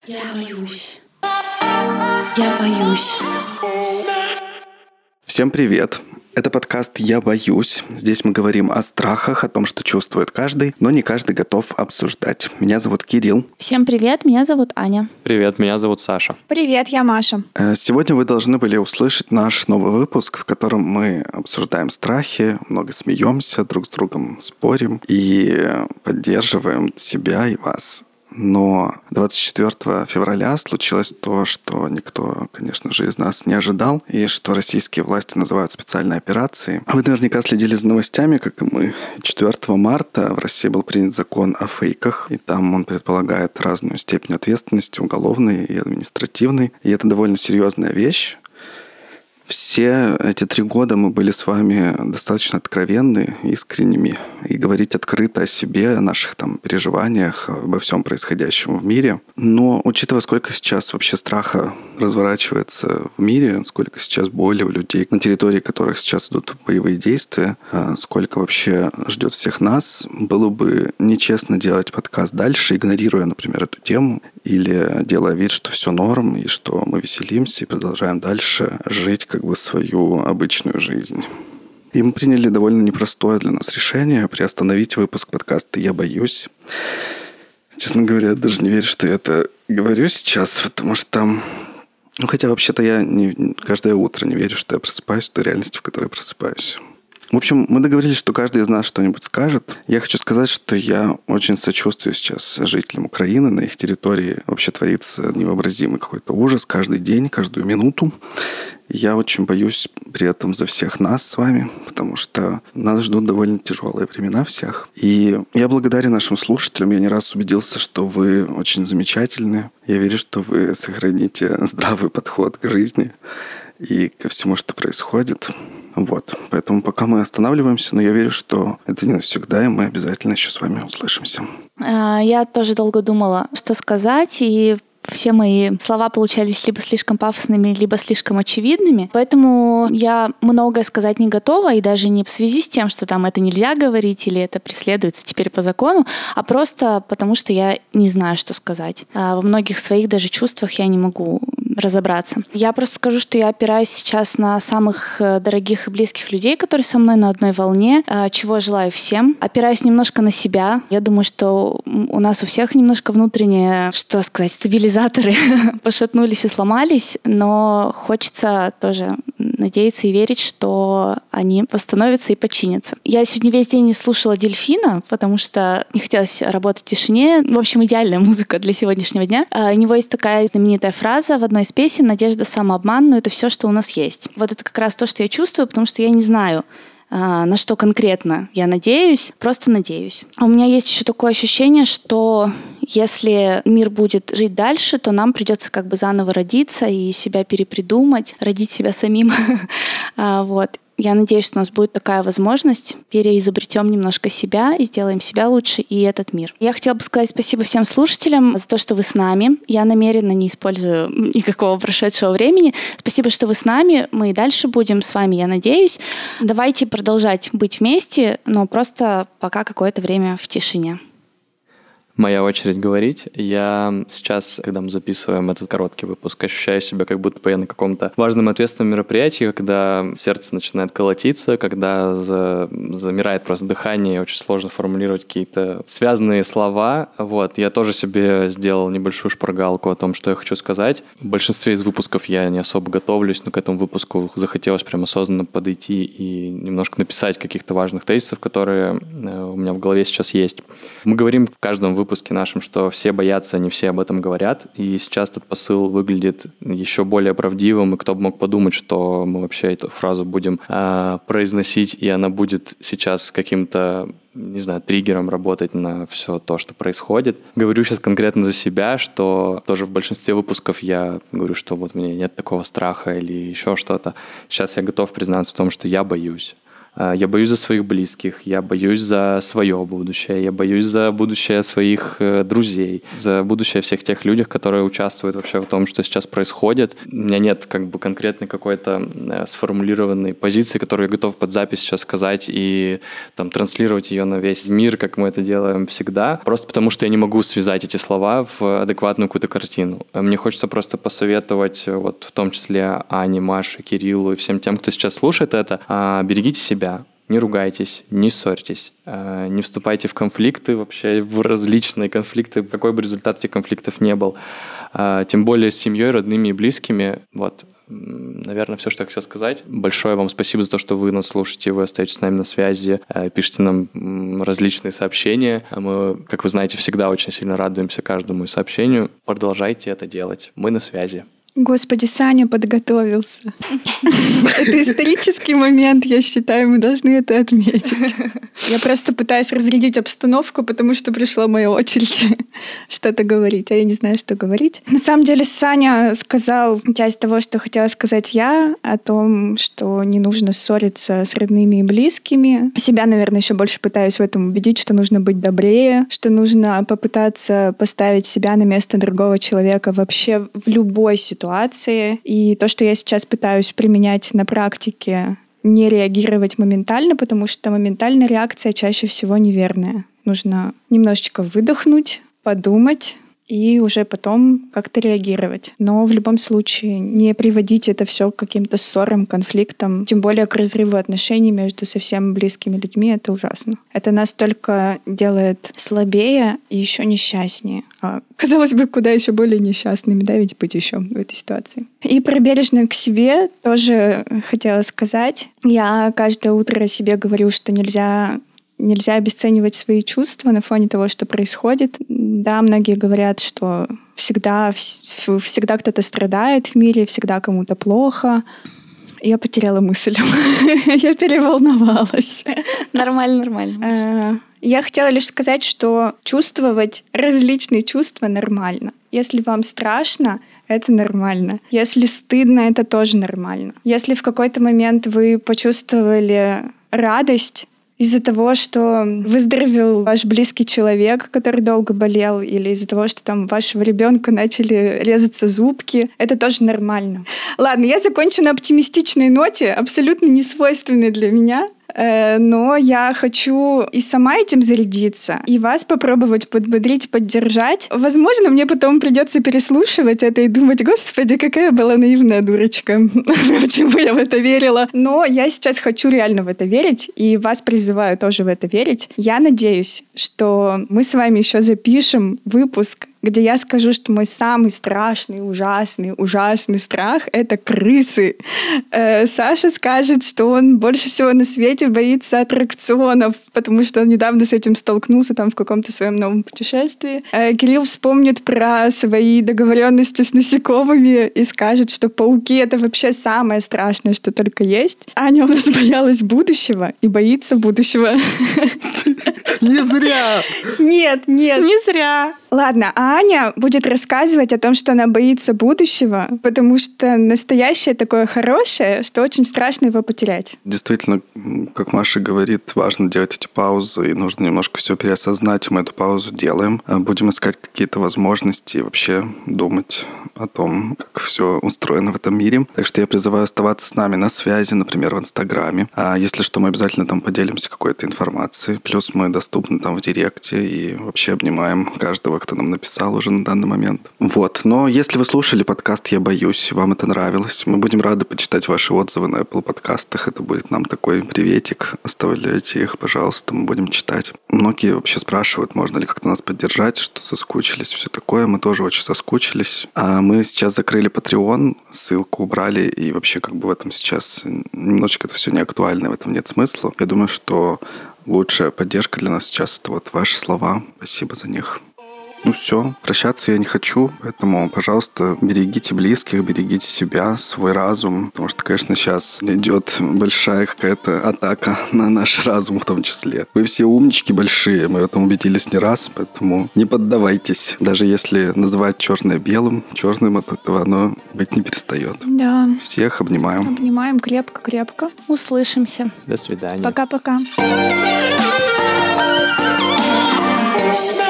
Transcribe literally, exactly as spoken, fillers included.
Я боюсь. Я боюсь. Всем привет! Это подкаст «Я боюсь». Здесь мы говорим о страхах, о том, что чувствует каждый, но не каждый готов обсуждать. Меня зовут Кирилл. Всем привет, меня зовут Аня. Привет, меня зовут Саша. Привет, я Маша. Сегодня вы должны были услышать наш новый выпуск, в котором мы обсуждаем страхи, много смеемся, друг с другом спорим и поддерживаем себя и вас. Но двадцать четвёртого февраля случилось то, что никто, конечно же, из нас не ожидал, и что российские власти называют специальной операцией. Вы наверняка следили за новостями, как и мы. четвёртого марта в России был принят закон о фейках, и там он предполагает разную степень ответственности, уголовной и административной. И это довольно серьезная вещь. Все эти три года мы были с вами достаточно откровенны, искренними, и говорить открыто о себе, о наших там переживаниях, обо всем происходящем в мире. Но учитывая, сколько сейчас вообще страха разворачивается в мире, сколько сейчас боли у людей, на территории которых сейчас идут боевые действия, сколько вообще ждет всех нас, было бы нечестно делать подкаст дальше, игнорируя, например, эту тему, или делая вид, что все норм, и что мы веселимся и продолжаем дальше жить как бы свою обычную жизнь. И мы приняли довольно непростое для нас решение приостановить выпуск подкаста «Я боюсь». Честно говоря, я даже не верю, что я это говорю сейчас, потому что... Ну, хотя вообще-то я не, каждое утро не верю, что я просыпаюсь в той реальности, в которой я просыпаюсь. В общем, мы договорились, что каждый из нас что-нибудь скажет. Я хочу сказать, что я очень сочувствую сейчас жителям Украины. На их территории вообще творится невообразимый какой-то ужас каждый день, каждую минуту. Я очень боюсь при этом за всех нас с вами, потому что нас ждут довольно тяжелые времена всех. И я благодарен нашим слушателям. Я не раз убедился, что вы очень замечательны. Я верю, что вы сохраните здравый подход к жизни и ко всему, что происходит. Вот. Поэтому пока мы останавливаемся, но я верю, что это не навсегда, и мы обязательно еще с вами услышимся. Я тоже долго думала, что сказать, и все мои слова получались либо слишком пафосными, либо слишком очевидными. Поэтому я многое сказать не готова, и даже не в связи с тем, что там это нельзя говорить или это преследуется теперь по закону, а просто потому, что я не знаю, что сказать. Во многих своих даже чувствах я не могу разобраться. Я просто скажу, что я опираюсь сейчас на самых дорогих и близких людей, которые со мной на одной волне, чего желаю всем. Опираюсь немножко на себя. Я думаю, что у нас у всех немножко внутренние, что сказать, стабилизаторы пошатнулись и сломались, но хочется тоже надеяться и верить, что они восстановятся и починятся. Я сегодня весь день не слушала «Дельфина», потому что не хотелось работать в тишине. В общем, идеальная музыка для сегодняшнего дня. У него есть такая знаменитая фраза в одной из песен «Надежда — самообман, но это все, что у нас есть». Вот это как раз то, что я чувствую, потому что я не знаю, на что конкретно я надеюсь, просто надеюсь. А у меня есть еще такое ощущение, что если мир будет жить дальше, то нам придется как бы заново родиться и себя перепридумать, родить себя самим. Вот. Я надеюсь, что у нас будет такая возможность. Переизобретем немножко себя и сделаем себя лучше и этот мир. Я хотела бы сказать спасибо всем слушателям за то, что вы с нами. Я намеренно не использую никакого прошедшего времени. Спасибо, что вы с нами. Мы и дальше будем с вами, я надеюсь. Давайте продолжать быть вместе, но просто пока какое-то время в тишине. Моя очередь говорить. Я сейчас, когда мы записываем этот короткий выпуск, ощущаю себя, как будто бы я на каком-то важном ответственном мероприятии, когда сердце начинает колотиться, когда за... замирает просто дыхание, и очень сложно формулировать какие-то связанные слова. Вот. Я тоже себе сделал небольшую шпаргалку о том, что я хочу сказать. В большинстве из выпусков я не особо готовлюсь, но к этому выпуску захотелось прям осознанно подойти и немножко написать каких-то важных тезисов, которые у меня в голове сейчас есть. Мы говорим в каждом выпуске выпуске нашем, что все боятся, не все об этом говорят. И сейчас этот посыл выглядит еще более правдивым. И кто бы мог подумать, что мы вообще эту фразу будем э, произносить, и она будет сейчас каким-то, не знаю, триггером работать на все то, что происходит. Говорю сейчас конкретно за себя, что тоже в большинстве выпусков я говорю, что вот у меня нет такого страха или еще что-то. Сейчас я готов признаться в том, что я боюсь. Я боюсь за своих близких, я боюсь за свое будущее, я боюсь за будущее своих друзей, за будущее всех тех людей, которые участвуют вообще в том, что сейчас происходит. У меня нет как бы конкретной какой-то сформулированной позиции, которую я готов под запись сейчас сказать и там транслировать ее на весь мир, как мы это делаем всегда. Просто потому, что я не могу связать эти слова в адекватную какую-то картину. Мне хочется просто посоветовать, вот в том числе Ане, Маше, Кириллу и всем тем, кто сейчас слушает это, берегите себя. Не ругайтесь, не ссорьтесь, не вступайте в конфликты, вообще в различные конфликты, какой бы результат этих конфликтов не был. Тем более с семьей, родными и близкими. Вот, наверное, все, что я хочу сказать. Большое вам спасибо за то, что вы нас слушаете, вы остаетесь с нами на связи, пишите нам различные сообщения. Мы, как вы знаете, всегда очень сильно радуемся каждому сообщению. Продолжайте это делать. Мы на связи. Господи, Саня подготовился. Это исторический момент, я считаю, мы должны это отметить. Я просто пытаюсь разрядить обстановку, потому что пришла моя очередь что-то говорить, а я не знаю, что говорить. На самом деле, Саня сказал часть того, что хотела сказать я, о том, что не нужно ссориться с родными и близкими. Себя, наверное, еще больше пытаюсь в этом убедить, что нужно быть добрее, что нужно попытаться поставить себя на место другого человека вообще в любой ситуации. ситуации. И то, что я сейчас пытаюсь применять на практике, не реагировать моментально, потому что моментальная реакция чаще всего неверная. Нужно немножечко выдохнуть, подумать и уже потом как-то реагировать. Но в любом случае не приводить это все к каким-то ссорам, конфликтам, тем более к разрыву отношений между совсем близкими людьми. Это ужасно. Это нас только делает слабее и еще несчастнее. А, казалось бы, куда еще более несчастными, да, ведь быть еще в этой ситуации. И про бережно к себе тоже хотела сказать. Я каждое утро себе говорю, что нельзя... Нельзя обесценивать свои чувства на фоне того, что происходит. Да, многие говорят, что всегда, всегда кто-то страдает в мире, всегда кому-то плохо. Я потеряла мысль. Я переволновалась. Нормально, нормально. Я хотела лишь сказать, что чувствовать различные чувства нормально. Если вам страшно, это нормально. Если стыдно, это тоже нормально. Если в какой-то момент вы почувствовали радость, из-за того, что выздоровел ваш близкий человек, который долго болел, или из-за того, что там у вашего ребенка начали резаться зубки, это тоже нормально. Ладно, я закончу на оптимистичной ноте, абсолютно не свойственной для меня. Но я хочу и сама этим зарядиться, и вас попробовать подбодрить, поддержать. Возможно, мне потом придется переслушивать это и думать: господи, какая была наивная дурочка. Почему я в это верила? Но я сейчас хочу реально в это верить, и вас призываю тоже в это верить. Я надеюсь, что мы с вами еще запишем выпуск, где я скажу, что мой самый страшный, ужасный, ужасный страх — это крысы. Э, Саша скажет, что он больше всего на свете боится аттракционов, потому что он недавно с этим столкнулся там в каком-то своем новом путешествии. Э, Кирилл вспомнит про свои договоренности с насекомыми и скажет, что пауки — это вообще самое страшное, что только есть. Аня у нас боялась будущего и боится будущего. Не зря! Нет, нет. Не зря. Ладно, а Аня будет рассказывать о том, что она боится будущего, потому что настоящее такое хорошее, что очень страшно его потерять. Действительно, как Маша говорит, важно делать эти паузы, и нужно немножко все переосознать. Мы эту паузу делаем. Будем искать какие-то возможности и вообще думать о том, как все устроено в этом мире. Так что я призываю оставаться с нами на связи, например, в Инстаграме. А если что, мы обязательно там поделимся какой-то информацией. Плюс мы доступны там в Директе и вообще обнимаем каждого, кто нам написал уже на данный момент. Вот. Но если вы слушали подкаст «Я боюсь», вам это нравилось, мы будем рады почитать ваши отзывы на Apple подкастах. Это будет нам такой приветик. Оставляйте их, пожалуйста, мы будем читать. Многие вообще спрашивают, можно ли как-то нас поддержать, что соскучились, все такое. Мы тоже очень соскучились. А мы сейчас закрыли Patreon, ссылку убрали, и вообще как бы в этом сейчас немножечко это все не актуально, в этом нет смысла. Я думаю, что лучшая поддержка для нас сейчас — это вот ваши слова. Спасибо за них. Ну все, прощаться я не хочу, поэтому, пожалуйста, берегите близких, берегите себя, свой разум, потому что, конечно, сейчас идет большая какая-то атака на наш разум в том числе. Вы все умнички большие, мы в этом убедились не раз, поэтому не поддавайтесь. Даже если называть черное белым, черным от этого оно быть не перестает. Да. Всех обнимаем. Обнимаем крепко-крепко. Услышимся. До свидания. Пока-пока. Push